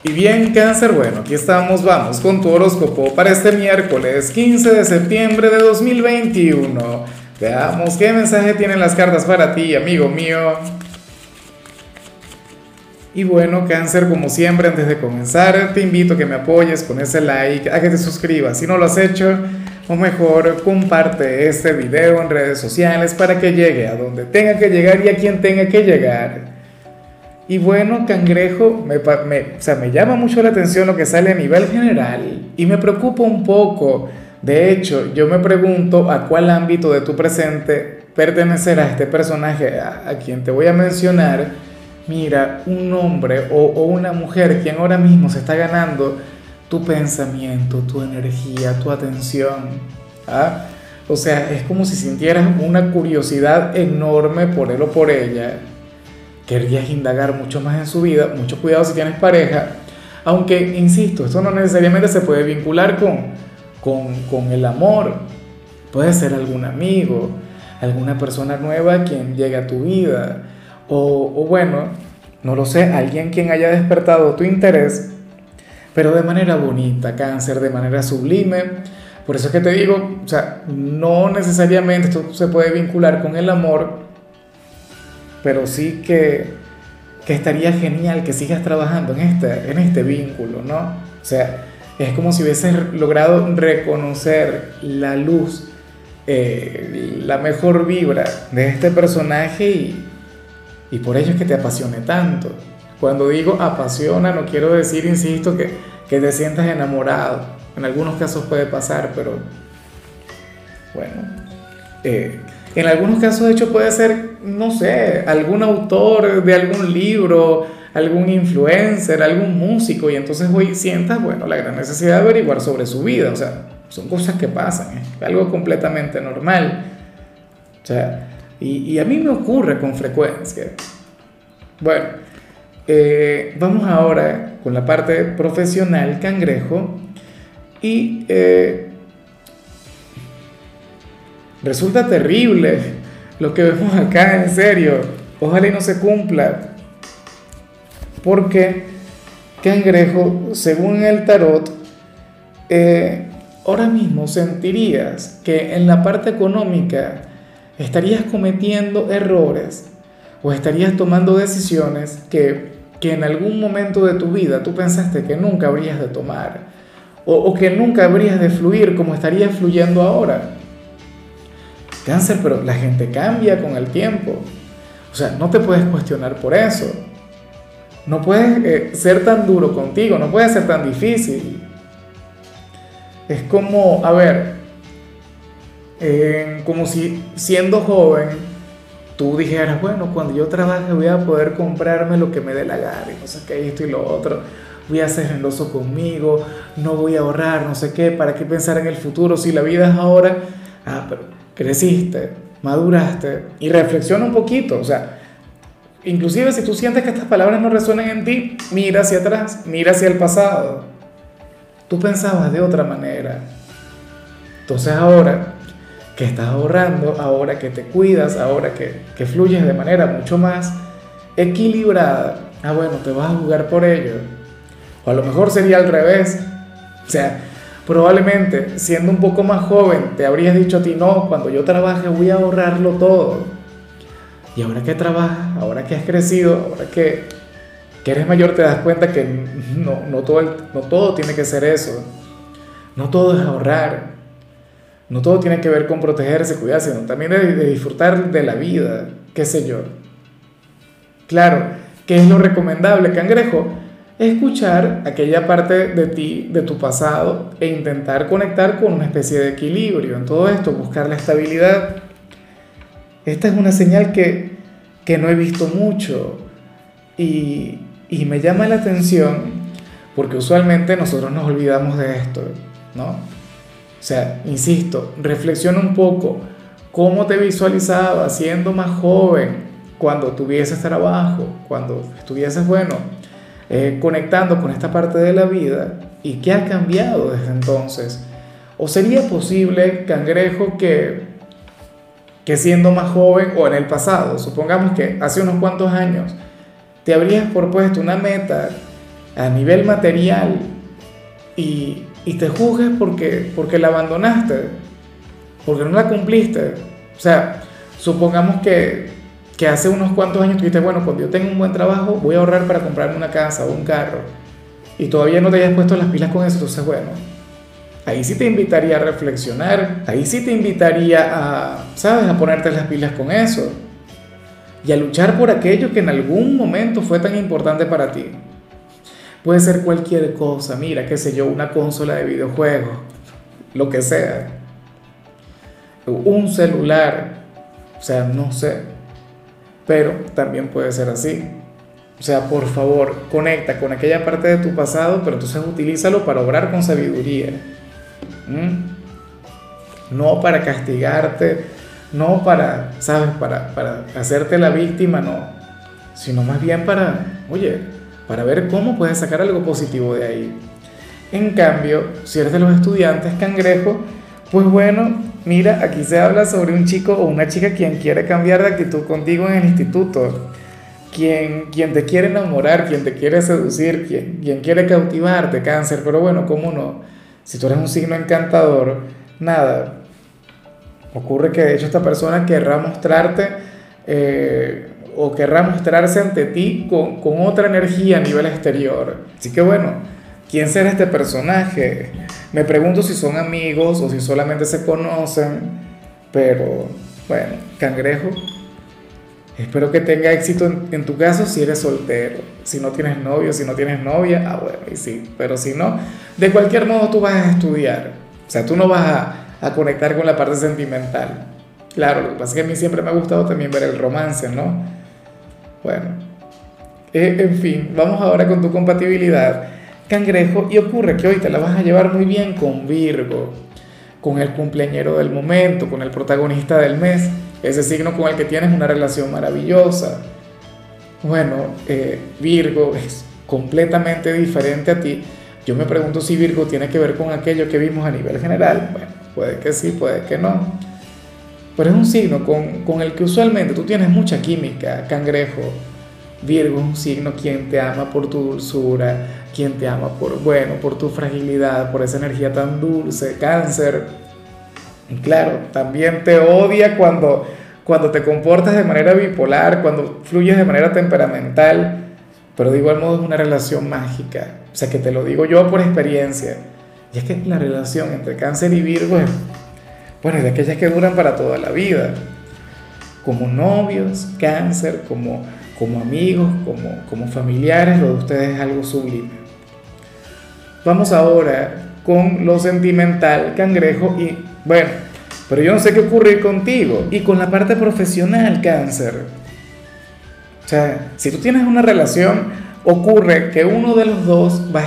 Y bien, Cáncer, bueno, aquí estamos, vamos con tu horóscopo para este miércoles 15 de septiembre de 2021. Veamos qué mensaje tienen las cartas para ti, amigo mío. Y bueno, Cáncer, como siempre, antes de comenzar, te invito a que me apoyes con ese like, a que te suscribas si no lo has hecho, o mejor, comparte este video en redes sociales para que llegue a donde tenga que llegar y a quien tenga que llegar. Y bueno, Cangrejo, o sea, me llama mucho la atención lo que sale a nivel general y me preocupa un poco. De hecho, yo me pregunto a cuál ámbito de tu presente pertenecerá este personaje a quien te voy a mencionar. Mira, un hombre o una mujer quien ahora mismo se está ganando tu pensamiento, tu energía, tu atención. ¿Ah? O sea, es como si sintieras una curiosidad enorme por él o por ella. Querrías indagar mucho más en su vida, mucho cuidado si tienes pareja, aunque, insisto, esto no necesariamente se puede vincular con el amor. Puede ser algún amigo, alguna persona nueva quien llegue a tu vida, o bueno, no lo sé, alguien quien haya despertado tu interés, pero de manera bonita, Cáncer, de manera sublime. Por eso es que te digo, o sea, no necesariamente esto se puede vincular con el amor, pero sí que estaría genial que sigas trabajando en este vínculo, ¿no? O sea, es como si hubieses logrado reconocer la luz, la mejor vibra de este personaje y por ello es que te apasione tanto. Cuando digo apasiona, no quiero decir, insisto, que te sientas enamorado. En algunos casos puede pasar, pero bueno. En algunos casos, de hecho, puede ser, no sé, algún autor de algún libro, algún influencer, algún músico, y entonces hoy sientas, bueno, la gran necesidad de averiguar sobre su vida. O sea, son cosas que pasan, es algo completamente normal. O sea, y a mí me ocurre con frecuencia. Bueno, vamos ahora con la parte profesional, Cangrejo, y resulta terrible lo que vemos acá, en serio. Ojalá y no se cumpla. Porque, Cangrejo, según el tarot, ahora mismo sentirías que en la parte económica estarías cometiendo errores o estarías tomando decisiones que en algún momento de tu vida tú pensaste que nunca habrías de tomar o que nunca habrías de fluir como estarías fluyendo ahora. Cáncer, pero la gente cambia con el tiempo. O sea, no te puedes cuestionar por eso. No puedes ser tan duro contigo, no puedes ser tan difícil. Es como, a ver, como si siendo joven tú dijeras, bueno, cuando yo trabaje voy a poder comprarme lo que me dé la gana y no sé qué, esto y lo otro. Voy a ser generoso conmigo, no voy a ahorrar, no sé qué, ¿para qué pensar en el futuro si la vida es ahora? Ah, pero creciste, maduraste y reflexiona un poquito. O sea, inclusive si tú sientes que estas palabras no resuenan en ti, mira hacia atrás, mira hacia el pasado. Tú pensabas de otra manera. Entonces ahora que estás ahorrando, ahora que te cuidas, ahora que fluyes de manera mucho más equilibrada, ah, bueno, te vas a jugar por ello. O a lo mejor sería al revés. O sea, probablemente siendo un poco más joven te habrías dicho a ti, no, cuando yo trabaje voy a ahorrarlo todo. Y ahora que trabajas, ahora que has crecido, ahora que eres mayor te das cuenta que no todo tiene que ser eso. No todo es ahorrar. No todo tiene que ver con protegerse, cuidarse, sino también de disfrutar de la vida, qué sé yo. Claro, ¿qué es lo recomendable, Cangrejo? Escuchar aquella parte de ti, de tu pasado, e intentar conectar con una especie de equilibrio en todo esto, buscar la estabilidad. Esta es una señal que no he visto mucho y me llama la atención porque usualmente nosotros nos olvidamos de esto, ¿no? O sea, insisto, reflexiona un poco cómo te visualizabas siendo más joven, cuando tuvieses trabajo, cuando estuvieses, bueno, conectando con esta parte de la vida y qué ha cambiado desde entonces. ¿O sería posible, Cangrejo, que siendo más joven o en el pasado, supongamos que hace unos cuantos años, te habrías propuesto una meta a nivel material y te juzgues porque la abandonaste, porque no la cumpliste. O sea, supongamos que hace unos cuantos años tú dijiste, bueno, cuando yo tenga un buen trabajo voy a ahorrar para comprarme una casa o un carro, y todavía no te hayas puesto las pilas con eso. Entonces, bueno, ahí sí te invitaría a reflexionar, ahí sí te invitaría a, ¿sabes?, a ponerte las pilas con eso y a luchar por aquello que en algún momento fue tan importante para ti. Puede ser cualquier cosa, mira, qué sé yo, una consola de videojuegos, lo que sea, un celular, o sea, no sé, pero también puede ser así. O sea, por favor, conecta con aquella parte de tu pasado, pero entonces utilízalo para obrar con sabiduría. No para castigarte, no para, ¿sabes?, para hacerte la víctima, no, sino más bien para, oye, para ver cómo puedes sacar algo positivo de ahí. En cambio, si eres de los estudiantes, cangrejo, pues bueno, mira, aquí se habla sobre un chico o una chica quien quiere cambiar de actitud contigo en el instituto, quien te quiere enamorar, quien te quiere seducir, quien quiere cautivarte, cáncer. Pero bueno, ¿cómo no? Si tú eres un signo encantador, nada, ocurre que de hecho esta persona querrá mostrarte o querrá mostrarse ante ti con otra energía a nivel exterior. Así que bueno, ¿quién será este personaje? Me pregunto si son amigos o si solamente se conocen, pero bueno, cangrejo, espero que tenga éxito en tu caso si eres soltero. Si no tienes novio, si no tienes novia, ah bueno, y sí, pero si no, de cualquier modo tú vas a estudiar. O sea, tú no vas a conectar con la parte sentimental. Claro, lo que pasa es que a mí siempre me ha gustado también ver el romance, ¿no? Bueno, en fin, vamos ahora con tu compatibilidad, cangrejo, y ocurre que hoy te la vas a llevar muy bien con Virgo, con el cumpleañero del momento, con el protagonista del mes, ese signo con el que tienes una relación maravillosa. Bueno, Virgo es completamente diferente a ti. Yo me pregunto si Virgo tiene que ver con aquello que vimos a nivel general. Bueno, puede que sí, puede que no. Pero es un signo con el que usualmente tú tienes mucha química, cangrejo. Virgo es un signo quien te ama por tu dulzura, quien te ama por, bueno, por tu fragilidad, por esa energía tan dulce. Cáncer, y claro, también te odia cuando te comportas de manera bipolar, cuando fluyes de manera temperamental, pero de igual modo es una relación mágica. O sea, que te lo digo yo por experiencia. Y es que la relación entre Cáncer y Virgo es, bueno, es de aquellas que duran para toda la vida. Como novios, Cáncer, como amigos, como familiares, lo de ustedes es algo sublime. Vamos ahora con lo sentimental, cangrejo, y bueno, pero yo no sé qué ocurre contigo y con la parte profesional, Cáncer. O sea, si tú tienes una relación, ocurre que uno de los dos va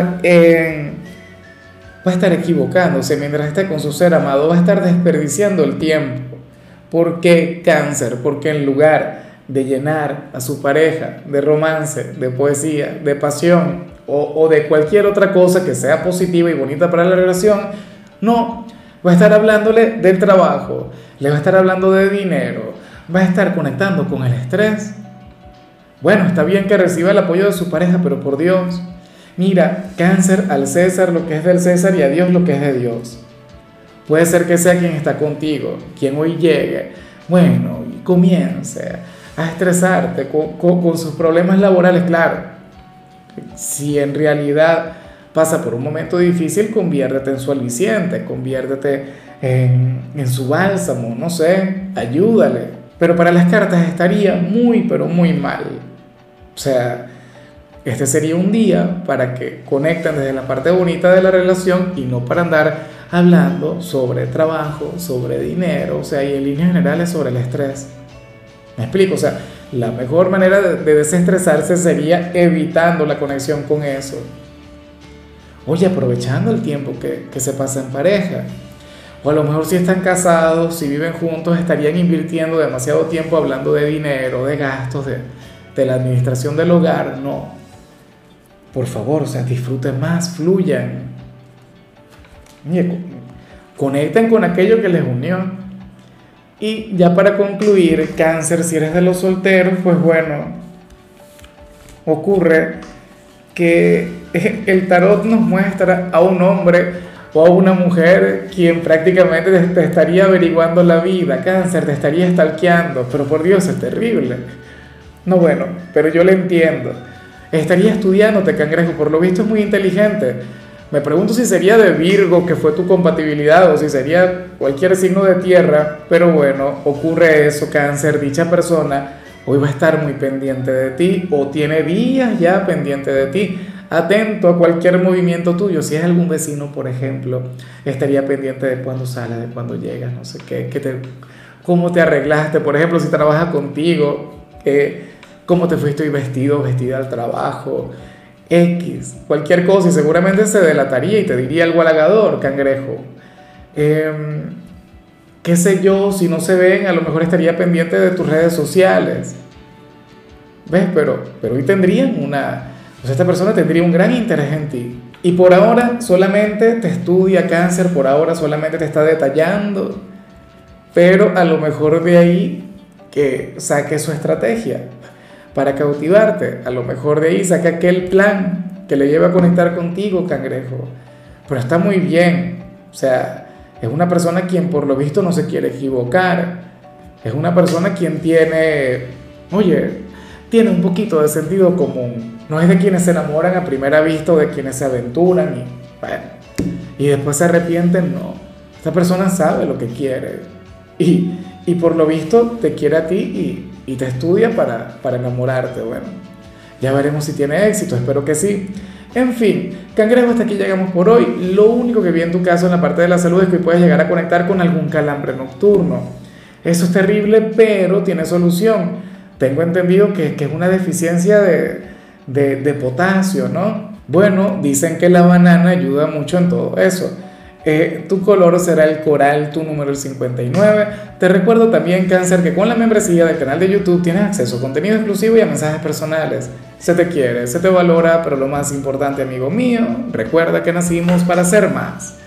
a estar equivocándose mientras esté con su ser amado, va a estar desperdiciando el tiempo. ¿Por qué, Cáncer? Porque en lugar de llenar a su pareja de romance, de poesía, de pasión o de cualquier otra cosa que sea positiva y bonita para la relación, no, va a estar hablándole del trabajo, le va a estar hablando de dinero, va a estar conectando con el estrés. Bueno, está bien que reciba el apoyo de su pareja, pero por Dios, mira, Cáncer, al César lo que es del César y a Dios lo que es de Dios. Puede ser que sea quien está contigo, quien hoy llegue, bueno, y comience a estresarte con sus problemas laborales. Claro, si en realidad pasa por un momento difícil, conviértete en su aliciente, conviértete en su bálsamo, no sé, ayúdale. Pero para las cartas estaría muy, pero muy mal. O sea, este sería un día para que conecten desde la parte bonita de la relación y no para andar hablando sobre trabajo, sobre dinero, o sea, y en líneas generales sobre el estrés. ¿Me explico? O sea, la mejor manera de desestresarse sería evitando la conexión con eso. Oye, aprovechando el tiempo que se pasa en pareja. O a lo mejor si están casados, si viven juntos, estarían invirtiendo demasiado tiempo hablando de dinero, de gastos, de la administración del hogar. No, por favor, o sea, disfruten más, fluyan. Oye, conecten con aquello que les unió. Y ya para concluir, Cáncer, si eres de los solteros, pues bueno, ocurre que el tarot nos muestra a un hombre o a una mujer quien prácticamente te estaría averiguando la vida, Cáncer, te estaría stalkeando, pero por Dios, es terrible. No, bueno, pero yo le entiendo. Estaría estudiándote, Cangrejo, por lo visto es muy inteligente. Me pregunto si sería de Virgo, que fue tu compatibilidad, o si sería cualquier signo de tierra, pero bueno, ocurre eso, Cáncer, dicha persona hoy va a estar muy pendiente de ti o tiene días ya pendiente de ti, atento a cualquier movimiento tuyo. Si es algún vecino, por ejemplo, estaría pendiente de cuándo sales, de cuándo llegas, no sé qué, cómo te arreglaste, por ejemplo, si trabaja contigo, cómo te fuiste hoy vestido, vestida al trabajo, X, cualquier cosa, y seguramente se delataría y te diría algo halagador, Cangrejo. Qué sé yo, si no se ven, a lo mejor estaría pendiente de tus redes sociales. ¿Ves? Pero hoy tendrían o sea, esta persona tendría un gran interés en ti. Y por ahora solamente te estudia, Cáncer, por ahora solamente te está detallando, pero a lo mejor de ahí que saque su estrategia para cautivarte, a lo mejor de ahí saque aquel plan que le lleve a conectar contigo, Cangrejo. Pero está muy bien, o sea, es una persona quien por lo visto no se quiere equivocar, es una persona quien tiene, oye, tiene un poquito de sentido común, no es de quienes se enamoran a primera vista o de quienes se aventuran y, bueno, y después se arrepienten, no. Esta persona sabe lo que quiere y por lo visto te quiere a ti y te estudia para enamorarte. Bueno, ya veremos si tiene éxito, espero que sí. En fin, Cangrejo, hasta aquí llegamos por hoy. Lo único que vi en tu caso en la parte de la salud es que puedes llegar a conectar con algún calambre nocturno. Eso es terrible, pero tiene solución. Tengo entendido que es una deficiencia de potasio, ¿no? Bueno, dicen que la banana ayuda mucho en todo eso. Tu color será el coral, tu número el 59. Te recuerdo también, Cáncer, que con la membresía del canal de YouTube tienes acceso a contenido exclusivo y a mensajes personales. Se te quiere, se te valora, pero lo más importante, amigo mío, recuerda que nacimos para ser más.